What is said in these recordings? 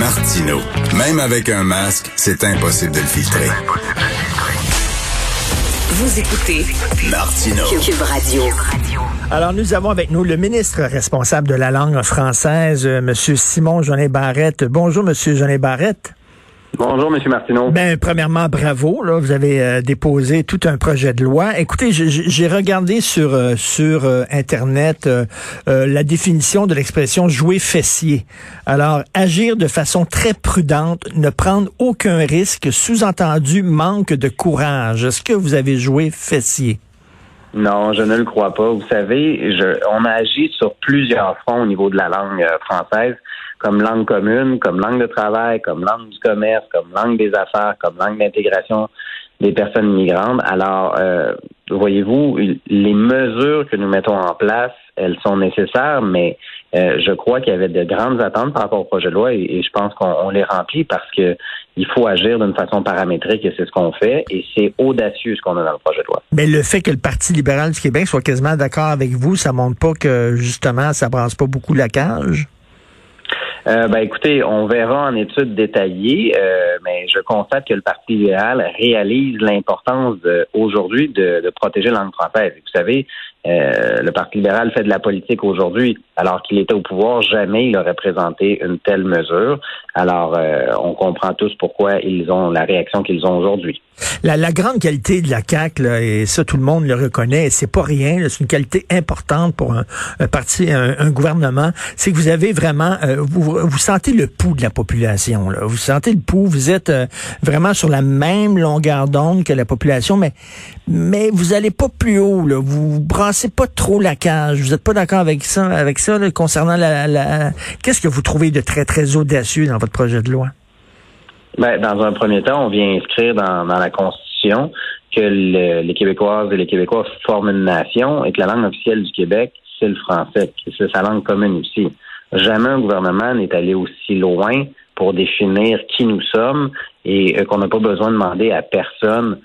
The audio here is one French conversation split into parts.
Martineau. Même avec un masque, c'est impossible de le filtrer. Vous écoutez Martineau. Cube Radio. Alors, nous avons avec nous le ministre responsable de la langue française, M. Simon Jolin Barrette. Bonjour, M. Jolin Barrette. Bonjour, M. Martineau. Premièrement, bravo. Là, vous avez déposé tout un projet de loi. Écoutez, j'ai regardé sur Internet la définition de l'expression « jouer fessier ». Alors, agir de façon très prudente, ne prendre aucun risque, sous-entendu manque de courage. Est-ce que vous avez joué fessier? Non, je ne le crois pas. Vous savez, on a agi sur plusieurs fronts au niveau de la langue française, comme langue commune, comme langue de travail, comme langue du commerce, comme langue des affaires, comme langue d'intégration des personnes migrantes. Alors, voyez-vous, les mesures que nous mettons en place, elles sont nécessaires, mais je crois qu'il y avait de grandes attentes par rapport au projet de loi et je pense qu'on les remplit parce que il faut agir d'une façon paramétrique et c'est ce qu'on fait et c'est audacieux ce qu'on a dans le projet de loi. Mais le fait que le Parti libéral du Québec soit quasiment d'accord avec vous, ça montre pas que justement ça brasse pas beaucoup la cage? Écoutez, on verra en études détaillées, mais je constate que le Parti libéral réalise l'importance aujourd'hui de protéger la langue française. Vous savez, le Parti libéral fait de la politique aujourd'hui, alors qu'il était au pouvoir, jamais il aurait présenté une telle mesure. Alors, on comprend tous pourquoi ils ont la réaction qu'ils ont aujourd'hui. La grande qualité de la CAQ, là, et ça tout le monde le reconnaît, c'est pas rien, là, c'est une qualité importante pour un parti, un gouvernement, c'est que vous avez vraiment, vous sentez le pouls de la population, là. Vous sentez le pouls, vous êtes vraiment sur la même longueur d'onde que la population, mais vous allez pas plus haut, là. Vous brassez pas trop la cage. Vous êtes pas d'accord avec ça là, concernant qu'est-ce que vous trouvez de très, très audacieux dans votre projet de loi? Dans un premier temps, on vient inscrire dans la Constitution que les Québécoises et les Québécois forment une nation et que la langue officielle du Québec, c'est le français, que c'est sa langue commune aussi. Jamais un gouvernement n'est allé aussi loin pour définir qui nous sommes et qu'on n'a pas besoin de demander à personne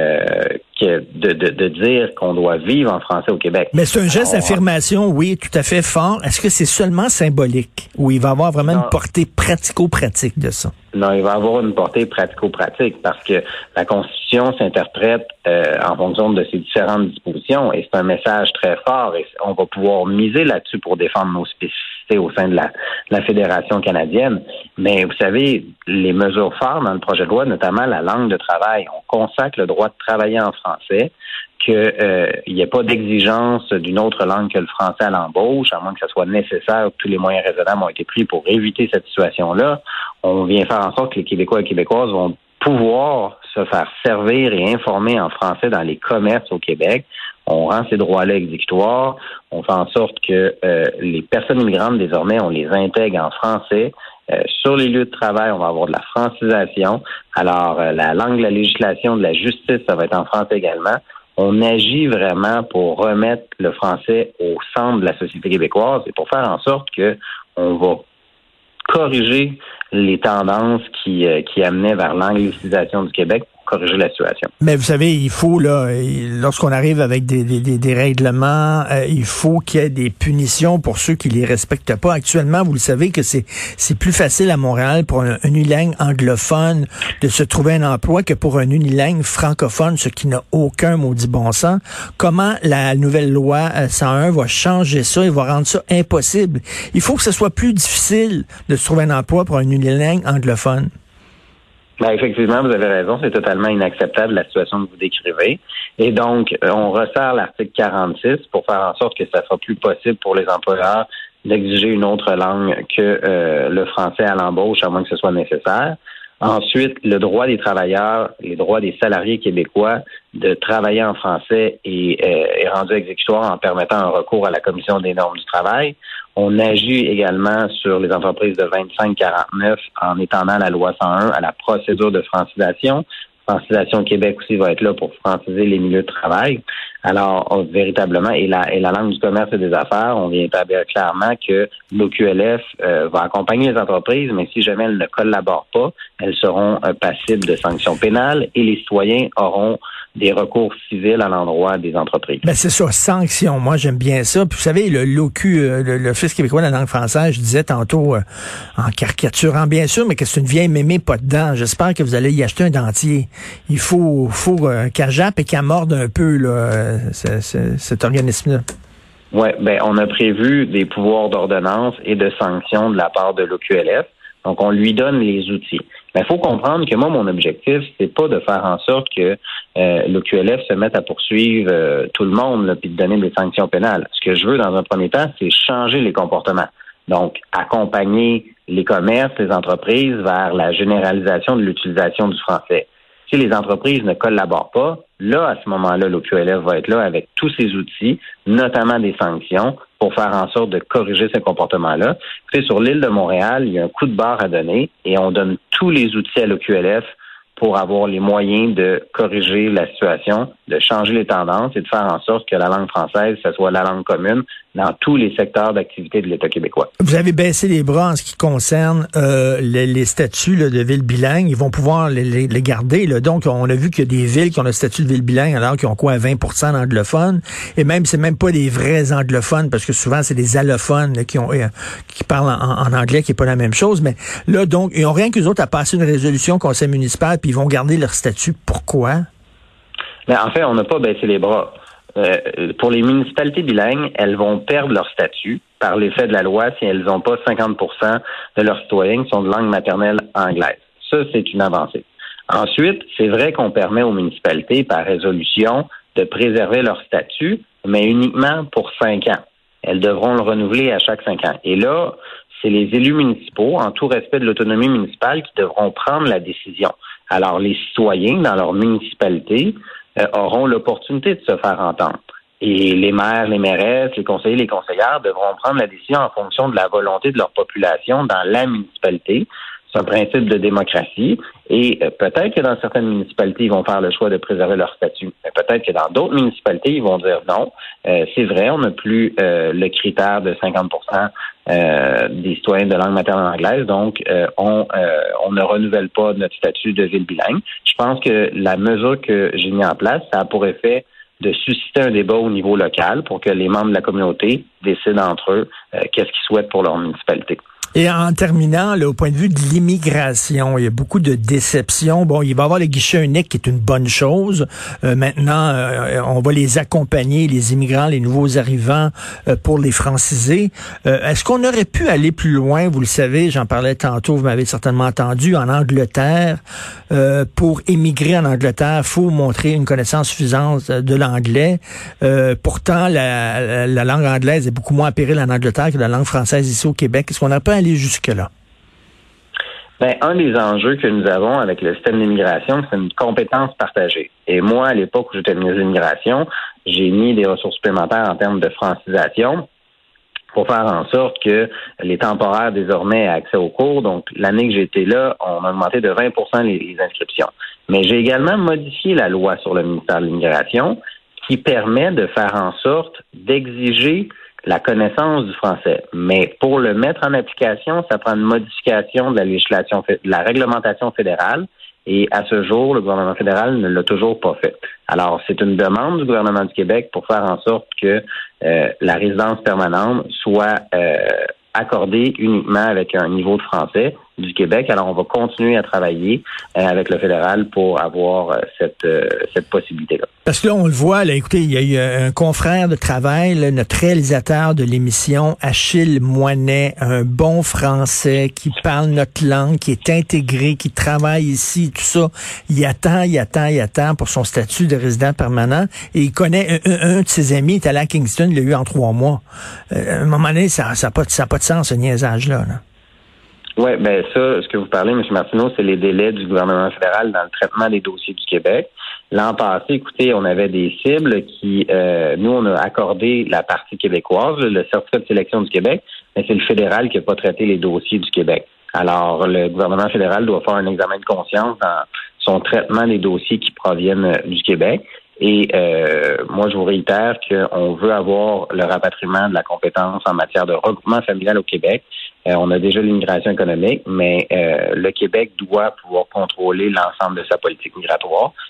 de dire qu'on doit vivre en français au Québec. Mais c'est un geste d'affirmation, oui, tout à fait fort. Est-ce que c'est seulement symbolique ou il va avoir vraiment une portée pratico-pratique de ça? Non, il va avoir une portée pratico-pratique parce que la Constitution s'interprète en fonction de ses différentes dispositions et c'est un message très fort et on va pouvoir miser là-dessus pour défendre nos spécificités au sein de la Fédération canadienne. Mais vous savez, les mesures phares dans le projet de loi, notamment la langue de travail, on consacre le droit de travailler en français, qu'il n'y ait pas d'exigence d'une autre langue que le français à l'embauche, à moins que ce soit nécessaire, tous les moyens raisonnables ont été pris pour éviter cette situation-là. On vient faire en sorte que les Québécois et Québécoises vont pouvoir se faire servir et informer en français dans les commerces au Québec. On rend ces droits-là exécutoires. On fait en sorte que les personnes immigrantes, désormais, on les intègre en français. Sur les lieux de travail, on va avoir de la francisation. Alors, la langue de la législation, de la justice, ça va être en français également. On agit vraiment pour remettre le français au centre de la société québécoise et pour faire en sorte que on va corriger les tendances qui amenaient vers l'anglicisation du Québec pour corriger la situation. Mais vous savez, il faut, là, lorsqu'on arrive avec des règlements, il faut qu'il y ait des punitions pour ceux qui les respectent pas. Actuellement, vous le savez que c'est plus facile à Montréal pour un unilingue anglophone de se trouver un emploi que pour un unilingue francophone, ce qui n'a aucun maudit bon sens. Comment la nouvelle loi 101 va changer ça et va rendre ça impossible? Il faut que ce soit plus difficile de se trouver un emploi pour un unilingue anglophone. Effectivement, vous avez raison, c'est totalement inacceptable la situation que vous décrivez. Et donc, on resserre l'article 46 pour faire en sorte que ça soit plus possible pour les employeurs d'exiger une autre langue que le français à l'embauche, à moins que ce soit nécessaire. Ensuite, le droit des travailleurs, les droits des salariés québécois de travailler en français est rendu exécutoire en permettant un recours à la Commission des normes du travail. On agit également sur les entreprises de 25-49 en étendant la loi 101 à la procédure de francisation. Francisation Québec aussi va être là pour franciser les milieux de travail. Alors, véritablement, et la langue du commerce et des affaires, on vient établir clairement que l'OQLF va accompagner les entreprises, mais si jamais elles ne collaborent pas, elles seront passibles de sanctions pénales et les citoyens auront des recours civils à l'endroit des entreprises. Ben c'est ça, sanction. Moi, j'aime bien ça. Puis vous savez, l'OQ, l'Office québécois de la langue française, je disais tantôt, en caricaturant bien sûr, mais que c'est une vieille mémé pas dedans. J'espère que vous allez y acheter un dentier. Il faut qu'elle jappe et qu'elle morde un peu là, cet organisme-là. Oui, ben on a prévu des pouvoirs d'ordonnance et de sanctions de la part de l'OQLF. Donc, on lui donne les outils. Mais il faut comprendre que moi, mon objectif, c'est pas de faire en sorte que l'OQLF se mette à poursuivre tout le monde là, puis de donner des sanctions pénales. Ce que je veux, dans un premier temps, c'est changer les comportements. Donc, accompagner les commerces, les entreprises vers la généralisation de l'utilisation du français. Si les entreprises ne collaborent pas, là, à ce moment-là, l'OQLF va être là avec tous ses outils, notamment des sanctions, pour faire en sorte de corriger ces comportements-là. Écoutez, sur l'île de Montréal, il y a un coup de barre à donner et on donne tous les outils à l'OQLF pour avoir les moyens de corriger la situation, de changer les tendances et de faire en sorte que la langue française, ça soit la langue commune dans tous les secteurs d'activité de l'État québécois. Vous avez baissé les bras en ce qui concerne les statuts là, de ville bilingue. Ils vont pouvoir les garder. Là. Donc, on a vu qu'il y a des villes qui ont le statut de ville bilingue alors qu'ils ont quoi, 20% d'anglophones. Et même, c'est même pas des vrais anglophones parce que souvent, c'est des allophones là, qui parlent en anglais, qui est pas la même chose. Mais là, donc, ils ont rien qu'eux autres à passer une résolution au conseil municipal puis ils vont garder leur statut. Pourquoi? Mais en fait, on n'a pas baissé les bras. Pour les municipalités bilingues, elles vont perdre leur statut par l'effet de la loi si elles n'ont pas 50% de leurs citoyens qui sont de langue maternelle anglaise. Ça, c'est une avancée. Ensuite, c'est vrai qu'on permet aux municipalités, par résolution, de préserver leur statut, mais uniquement pour 5 ans. Elles devront le renouveler à chaque 5 ans. Et là, c'est les élus municipaux, en tout respect de l'autonomie municipale, qui devront prendre la décision. Alors, les citoyens, dans leur municipalité, auront l'opportunité de se faire entendre. Et les maires, les mairesses, les conseillers, les conseillères devront prendre la décision en fonction de la volonté de leur population dans la municipalité. C'est un principe de démocratie. Et peut-être que dans certaines municipalités, ils vont faire le choix de préserver leur statut. Mais peut-être que dans d'autres municipalités, ils vont dire non. C'est vrai, on n'a plus le critère de 50% des citoyens de langue maternelle anglaise. Donc, on ne renouvelle pas notre statut de ville bilingue. Je pense que la mesure que j'ai mise en place, ça a pour effet de susciter un débat au niveau local pour que les membres de la communauté décident entre eux qu'est-ce qu'ils souhaitent pour leur municipalité. Et en terminant, là, au point de vue de l'immigration, il y a beaucoup de déceptions. Bon, il va y avoir le guichet unique qui est une bonne chose. Maintenant, on va les accompagner, les immigrants, les nouveaux arrivants, pour les franciser. Est-ce qu'on aurait pu aller plus loin? Vous le savez, j'en parlais tantôt, vous m'avez certainement entendu, en Angleterre. Pour émigrer en Angleterre, faut montrer une connaissance suffisante de l'anglais. Pourtant, la langue anglaise est beaucoup moins en péril en Angleterre que la langue française ici au Québec. Est-ce qu'on n'a pas aller jusque-là? Ben, un des enjeux que nous avons avec le système d'immigration, c'est une compétence partagée. Et moi, à l'époque où j'étais ministre de l'immigration, j'ai mis des ressources supplémentaires en termes de francisation pour faire en sorte que les temporaires désormais aient accès aux cours. Donc, l'année que j'étais là, on a augmenté de 20% les inscriptions. Mais j'ai également modifié la loi sur le ministère de l'immigration qui permet de faire en sorte d'exiger la connaissance du français. Mais pour le mettre en application, ça prend une modification de la législation, de la réglementation fédérale. Et à ce jour, le gouvernement fédéral ne l'a toujours pas fait. Alors, c'est une demande du gouvernement du Québec pour faire en sorte que la résidence permanente soit accordée uniquement avec un niveau de français du Québec. Alors, on va continuer à travailler avec le fédéral pour avoir cette possibilité-là. Parce que là, on le voit, là, écoutez, il y a eu un confrère de travail, là, notre réalisateur de l'émission, Achille Moinet, un bon français qui parle notre langue, qui est intégré, qui travaille ici, tout ça. Il attend pour son statut de résident permanent. Et il connaît un de ses amis, il est allé à Kingston, il l'a eu en 3 mois. À un moment donné, ça n'a pas de sens, ce niaisage-là. Là. Oui, ben ça, ce que vous parlez, M. Martineau, c'est les délais du gouvernement fédéral dans le traitement des dossiers du Québec. L'an passé, écoutez, on avait des cibles qui, nous, on a accordé la partie québécoise, le certificat de sélection du Québec, mais c'est le fédéral qui n'a pas traité les dossiers du Québec. Alors, le gouvernement fédéral doit faire un examen de conscience dans son traitement des dossiers qui proviennent du Québec. Et moi, je vous réitère qu'on veut avoir le rapatriement de la compétence en matière de regroupement familial au Québec. On a déjà l'immigration économique, mais le Québec doit pouvoir contrôler l'ensemble de sa politique migratoire.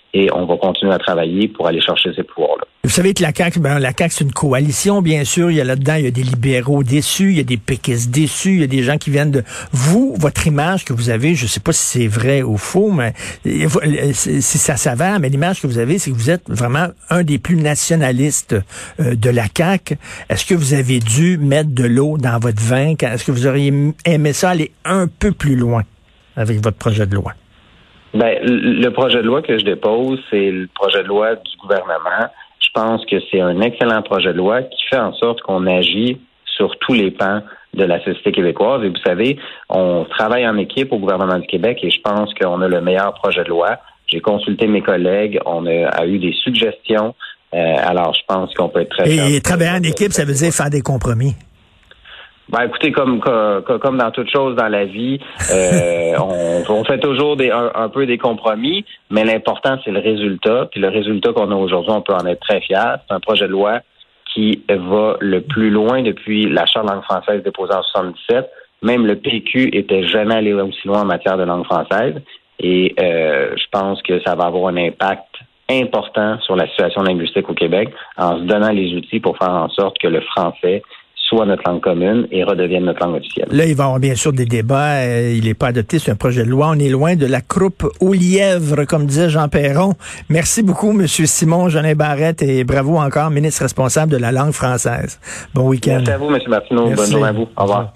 et on va continuer à travailler pour aller chercher ces pouvoirs-là. Vous savez que la CAQ, c'est une coalition, bien sûr. Il y a là-dedans, il y a des libéraux déçus, il y a des péquistes déçus, il y a des gens qui viennent de... Vous, votre image que vous avez, je ne sais pas si c'est vrai ou faux, mais si ça s'avère, mais l'image que vous avez, c'est que vous êtes vraiment un des plus nationalistes de la CAQ. Est-ce que vous avez dû mettre de l'eau dans votre vin? Est-ce que vous auriez aimé ça aller un peu plus loin avec votre projet de loi? Ben, le projet de loi que je dépose, c'est le projet de loi du gouvernement. Je pense que c'est un excellent projet de loi qui fait en sorte qu'on agit sur tous les pans de la société québécoise. Et vous savez, on travaille en équipe au gouvernement du Québec et je pense qu'on a le meilleur projet de loi. J'ai consulté mes collègues, on a eu des suggestions. Alors, je pense qu'on peut être très fiers. Et travailler en équipe, ça veut dire faire des compromis. Ben écoutez, comme dans toute chose dans la vie, on fait toujours un peu des compromis, mais l'important c'est le résultat. Puis le résultat qu'on a aujourd'hui, on peut en être très fiers. C'est un projet de loi qui va le plus loin depuis la Charte de langue française déposée en 1977. Même le PQ était jamais allé aussi loin en matière de langue française. Et je pense que ça va avoir un impact important sur la situation linguistique au Québec en se donnant les outils pour faire en sorte que le français soit notre langue commune et redevienne notre langue officielle. Là, il va y avoir bien sûr des débats. Il n'est pas adopté, c'est un projet de loi. On est loin de la croupe aux lièvres, comme disait Jean Perron. Merci beaucoup, M. Simon Jolin Barrette, et bravo encore, ministre responsable de la langue française. Bon week-end. Merci à vous, M. Martineau. Bonne journée à vous. Au revoir.